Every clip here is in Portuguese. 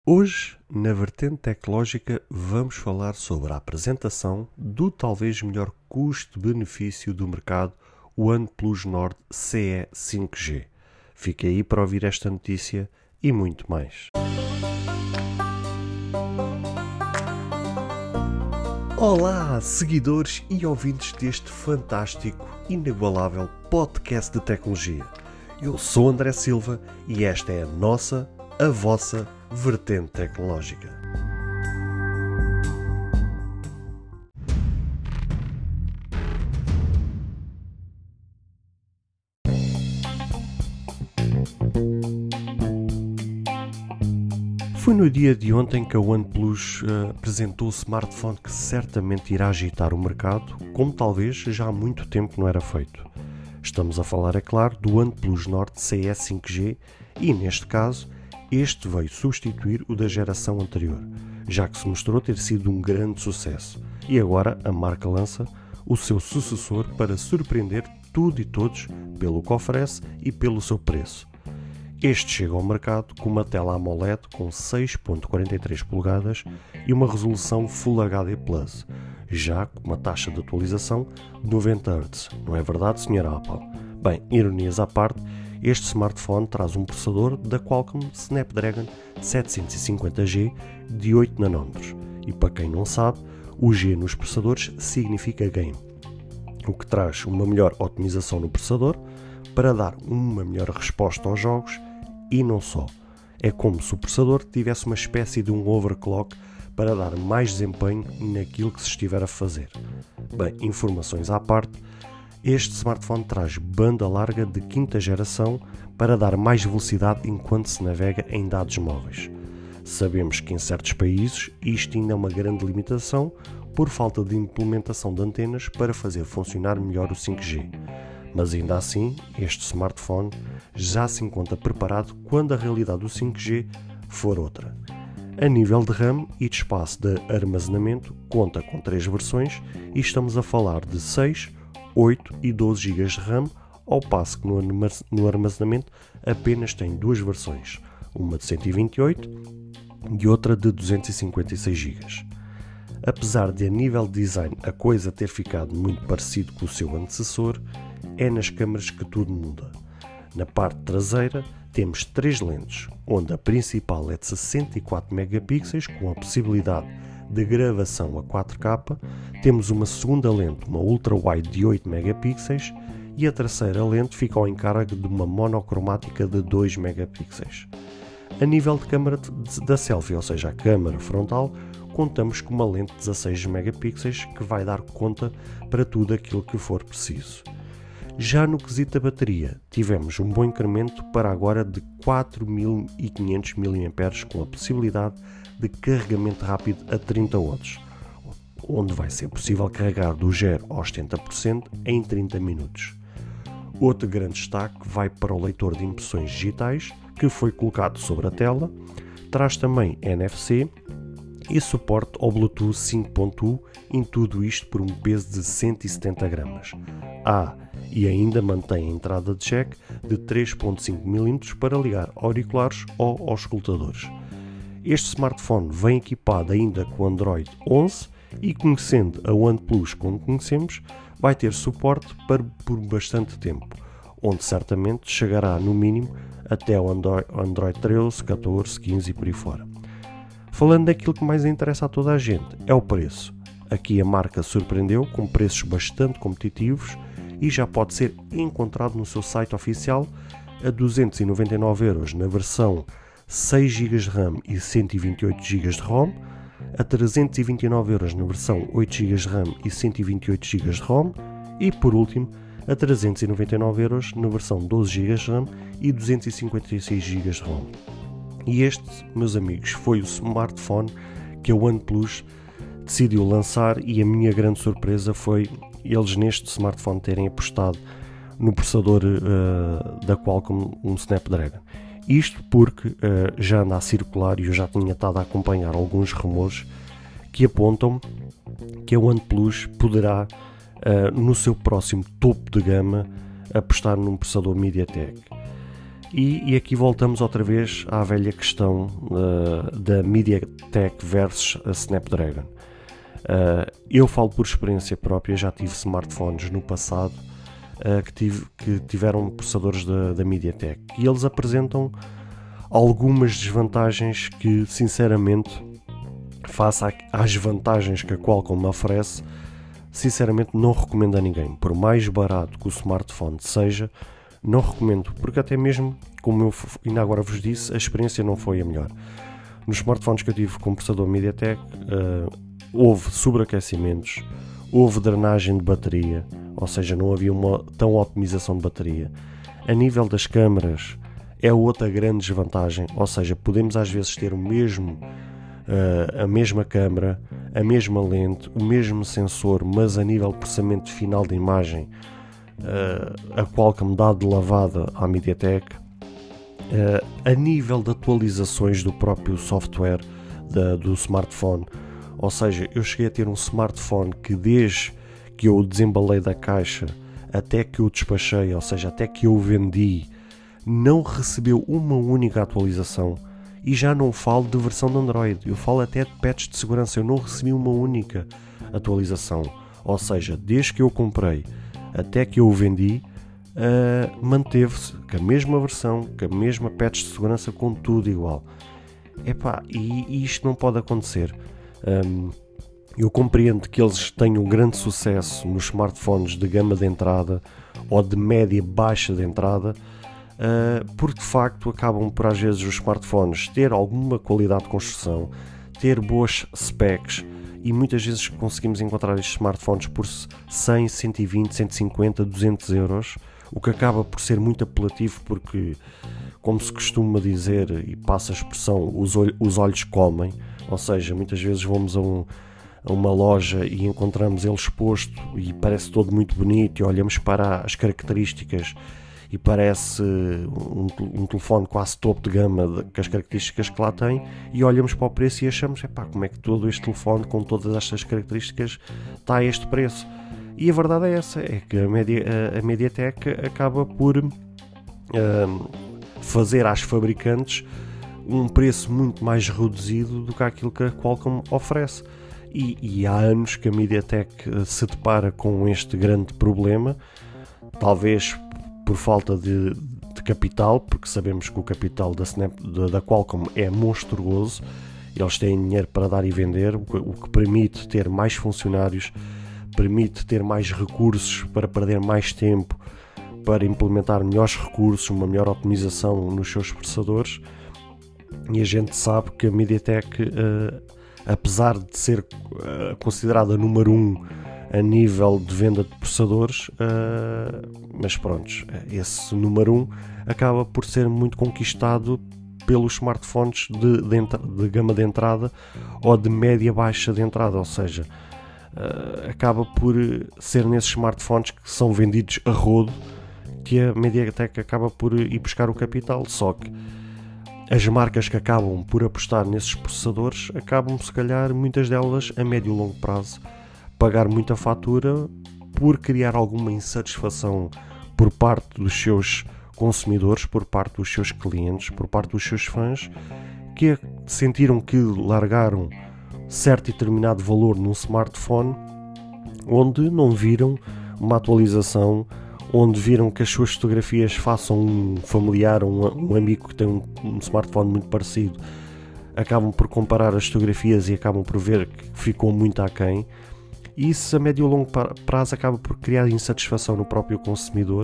Hoje, na vertente tecnológica, vamos falar sobre a apresentação do talvez melhor custo-benefício do mercado, o OnePlus Nord CE 5G. Fique aí para ouvir esta notícia e muito mais. Olá, seguidores e ouvintes deste fantástico, inigualável podcast de tecnologia. Eu sou André Silva e esta é a vossa vertente tecnológica. Foi no dia de ontem que a OnePlus apresentou o smartphone que certamente irá agitar o mercado, como talvez já há muito tempo não era feito. Estamos a falar, é claro, do OnePlus Nord CE 5G e, neste caso, este veio substituir o da geração anterior, já que se mostrou ter sido um grande sucesso. E agora a marca lança o seu sucessor para surpreender tudo e todos pelo que oferece e pelo seu preço. Este chega ao mercado com uma tela AMOLED com 6.43 polegadas e uma resolução Full HD+, já com uma taxa de atualização de 90 Hz. Não é verdade, Sr. Apple? Bem, ironias à parte, este smartphone traz um processador da Qualcomm Snapdragon 750G de 8 nanômetros. E para quem não sabe, o G nos processadores significa game, o que traz uma melhor otimização no processador para dar uma melhor resposta aos jogos e não só. É como se o processador tivesse uma espécie de um overclock para dar mais desempenho naquilo que se estiver a fazer. Bem, informações à parte, este smartphone traz banda larga de quinta geração para dar mais velocidade enquanto se navega em dados móveis. Sabemos que em certos países isto ainda é uma grande limitação por falta de implementação de antenas para fazer funcionar melhor o 5G. Mas ainda assim, este smartphone já se encontra preparado quando a realidade do 5G for outra. A nível de RAM e de espaço de armazenamento, conta com 3 versões e estamos a falar de 6, 8 e 12 GB de RAM, ao passo que no armazenamento apenas tem 2 versões, uma de 128 e outra de 256 GB. Apesar de a nível de design a coisa ter ficado muito parecido com o seu antecessor, é nas câmaras que tudo muda. Na parte traseira temos 3 lentes, onde a principal é de 64 megapixels com a possibilidade de gravação a 4K, temos uma segunda lente, uma ultra-wide de 8 megapixels e a terceira lente fica ao encargo de uma monocromática de 2 megapixels. A nível de câmara da selfie, ou seja, a câmara frontal, contamos com uma lente de 16 megapixels que vai dar conta para tudo aquilo que for preciso. Já no quesito da bateria, tivemos um bom incremento para agora de 4500 mAh com a possibilidade de carregamento rápido a 30 watts, onde vai ser possível carregar do 0 aos 70% em 30 minutos. Outro grande destaque vai para o leitor de impressões digitais, que foi colocado sobre a tela, traz também NFC e suporte ao Bluetooth 5.1 em tudo isto por um peso de 170 gramas. E ainda mantém a entrada de jack de 3.5 mm para ligar auriculares ou auscultadores. Este smartphone vem equipado ainda com Android 11 e, conhecendo a OnePlus como conhecemos, vai ter suporte por bastante tempo, onde certamente chegará no mínimo até o Android 13, 14, 15 e por aí fora. Falando daquilo que mais interessa a toda a gente, é o preço. Aqui a marca surpreendeu com preços bastante competitivos e já pode ser encontrado no seu site oficial a 299€ na versão 6 GB de RAM e 128 GB de ROM, a 329€ na versão 8 GB de RAM e 128 GB de ROM e, por último, a 399€ na versão 12 GB de RAM e 256 GB de ROM. E este, meus amigos, foi o smartphone que a OnePlus decidiu lançar e a minha grande surpresa foi eles neste smartphone terem apostado no processador da Qualcomm, um Snapdragon. Isto porque já anda a circular e eu já tinha estado a acompanhar alguns rumores que apontam que a OnePlus poderá, no seu próximo topo de gama, apostar num processador MediaTek. E aqui voltamos outra vez à velha questão da MediaTek versus a Snapdragon. Eu falo por experiência própria, já tive smartphones no passado que tiveram processadores da MediaTek, e eles apresentam algumas desvantagens que, sinceramente, face às vantagens que a Qualcomm oferece, sinceramente não recomendo a ninguém. Por mais barato que o smartphone seja, não recomendo, porque até mesmo, como eu ainda agora vos disse, a experiência não foi a melhor. Nos smartphones que eu tive com processador MediaTek, houve sobreaquecimentos, houve drenagem de bateria, ou seja, não havia uma tão otimização de bateria. A nível das câmaras é outra grande desvantagem, ou seja, podemos às vezes ter a mesma câmara, a mesma lente, o mesmo sensor, mas a nível de processamento final de imagem, a Qualcomm dá de lavada à MediaTek. A nível de atualizações do próprio software do smartphone, ou seja, eu cheguei a ter um smartphone que desde que eu o desembalei da caixa até que eu o despachei, ou seja, até que eu o vendi, não recebeu uma única atualização. E já não falo de versão de Android, eu falo até de patches de segurança, eu não recebi uma única atualização. Ou seja, desde que eu comprei até que eu o vendi, manteve-se com a mesma versão, com a mesma patch de segurança, com tudo igual. E isto não pode acontecer. Eu compreendo que eles tenham grande sucesso nos smartphones de gama de entrada ou de média baixa de entrada, porque de facto acabam por às vezes os smartphones ter alguma qualidade de construção, ter boas specs, e muitas vezes conseguimos encontrar estes smartphones por 100, 120, 150, 200 euros, o que acaba por ser muito apelativo, porque, como se costuma dizer e passa a expressão, os olhos comem, ou seja, muitas vezes vamos a uma loja e encontramos ele exposto e parece todo muito bonito, e olhamos para as características e parece um telefone quase topo de gama com as características que lá tem, e olhamos para o preço e achamos, como é que todo este telefone com todas estas características está a este preço? E a verdade é essa, é que a MediaTek acaba por fazer às fabricantes um preço muito mais reduzido do que aquilo que a Qualcomm oferece. E há anos que a MediaTek se depara com este grande problema, talvez por falta de capital, porque sabemos que o capital da Qualcomm é monstruoso. Eles têm dinheiro para dar e vender, o que permite ter mais funcionários, permite ter mais recursos para perder mais tempo, para implementar melhores recursos, uma melhor otimização nos seus processadores. E a gente sabe que a MediaTek, apesar de ser considerada número 1 a nível de venda de processadores, mas pronto, esse número 1 acaba por ser muito conquistado pelos smartphones de gama de entrada ou de média baixa de entrada, ou seja, acaba por ser nesses smartphones que são vendidos a rodo que a MediaTek acaba por ir buscar o capital. Só que as marcas que acabam por apostar nesses processadores acabam, se calhar, muitas delas a médio e longo prazo, pagar muita fatura por criar alguma insatisfação por parte dos seus consumidores, por parte dos seus clientes, por parte dos seus fãs, que sentiram que largaram certo e determinado valor num smartphone onde não viram uma atualização, onde viram que as suas fotografias façam um familiar, um amigo que tem um smartphone muito parecido, acabam por comparar as fotografias e acabam por ver que ficou muito aquém. E isso a médio e longo prazo acaba por criar insatisfação no próprio consumidor,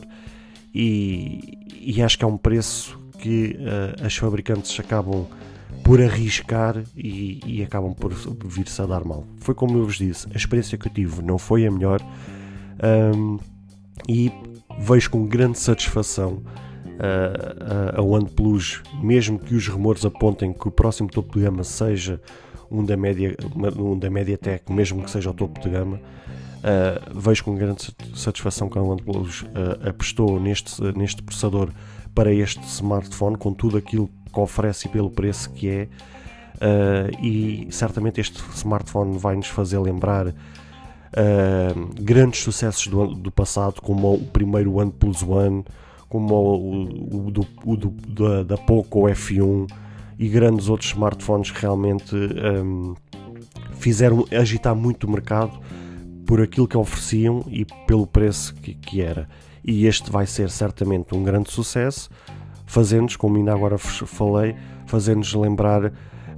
e acho que é um preço que as fabricantes acabam por arriscar e acabam por vir-se a dar mal. Foi como eu vos disse, a experiência que eu tive não foi a melhor, e vejo com grande satisfação a OnePlus, mesmo que os rumores apontem que o próximo topo de gama seja um da MediaTek, mesmo que seja o topo de gama, vejo com grande satisfação que a OnePlus apostou neste processador para este smartphone, com tudo aquilo que oferece e pelo preço que é, e certamente este smartphone vai nos fazer lembrar grandes sucessos do passado, como o primeiro OnePlus One, como da Poco F1 e grandes outros smartphones que realmente fizeram agitar muito o mercado por aquilo que ofereciam e pelo preço que era. E este vai ser certamente um grande sucesso, fazendo-nos, como ainda agora falei, fazendo-nos lembrar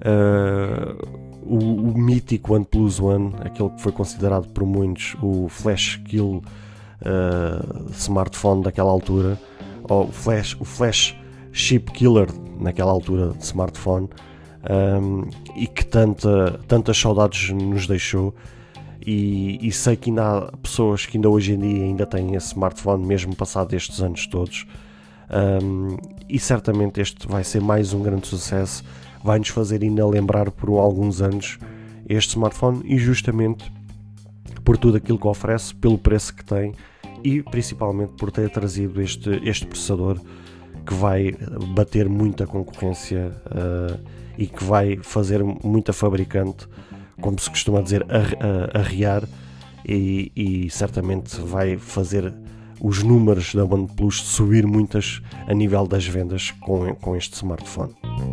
o mítico OnePlus One, aquele que foi considerado por muitos o flash kill smartphone daquela altura, ou o flash chip killer naquela altura de smartphone, e que tantas saudades nos deixou. E sei que ainda há pessoas que ainda hoje em dia ainda têm esse smartphone, mesmo passado estes anos todos, e certamente este vai ser mais um grande sucesso, vai-nos fazer ainda lembrar por alguns anos este smartphone, e justamente por tudo aquilo que oferece, pelo preço que tem e principalmente por ter trazido este processador que vai bater muita concorrência e que vai fazer muita fabricante, como se costuma dizer, arriar, e certamente vai fazer os números da OnePlus subir muitas a nível das vendas com este smartphone.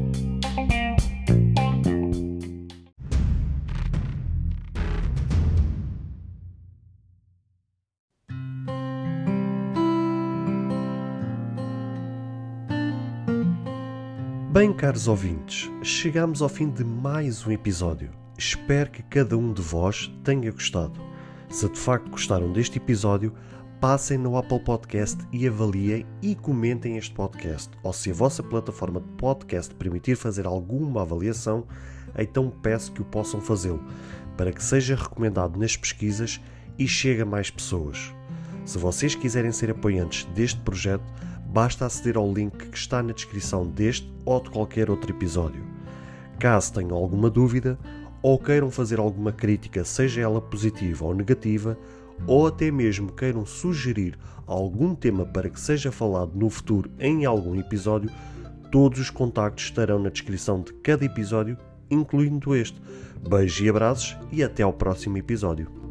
Bem, caros ouvintes, chegamos ao fim de mais um episódio. Espero que cada um de vós tenha gostado. Se de facto gostaram deste episódio, passem no Apple Podcast e avaliem e comentem este podcast. Ou se a vossa plataforma de podcast permitir fazer alguma avaliação, então peço que o possam fazê-lo, para que seja recomendado nas pesquisas e chegue a mais pessoas. Se vocês quiserem ser apoiantes deste projeto, basta aceder ao link que está na descrição deste ou de qualquer outro episódio. Caso tenham alguma dúvida ou queiram fazer alguma crítica, seja ela positiva ou negativa, ou até mesmo queiram sugerir algum tema para que seja falado no futuro em algum episódio, todos os contactos estarão na descrição de cada episódio, incluindo este. Beijos e abraços e até ao próximo episódio.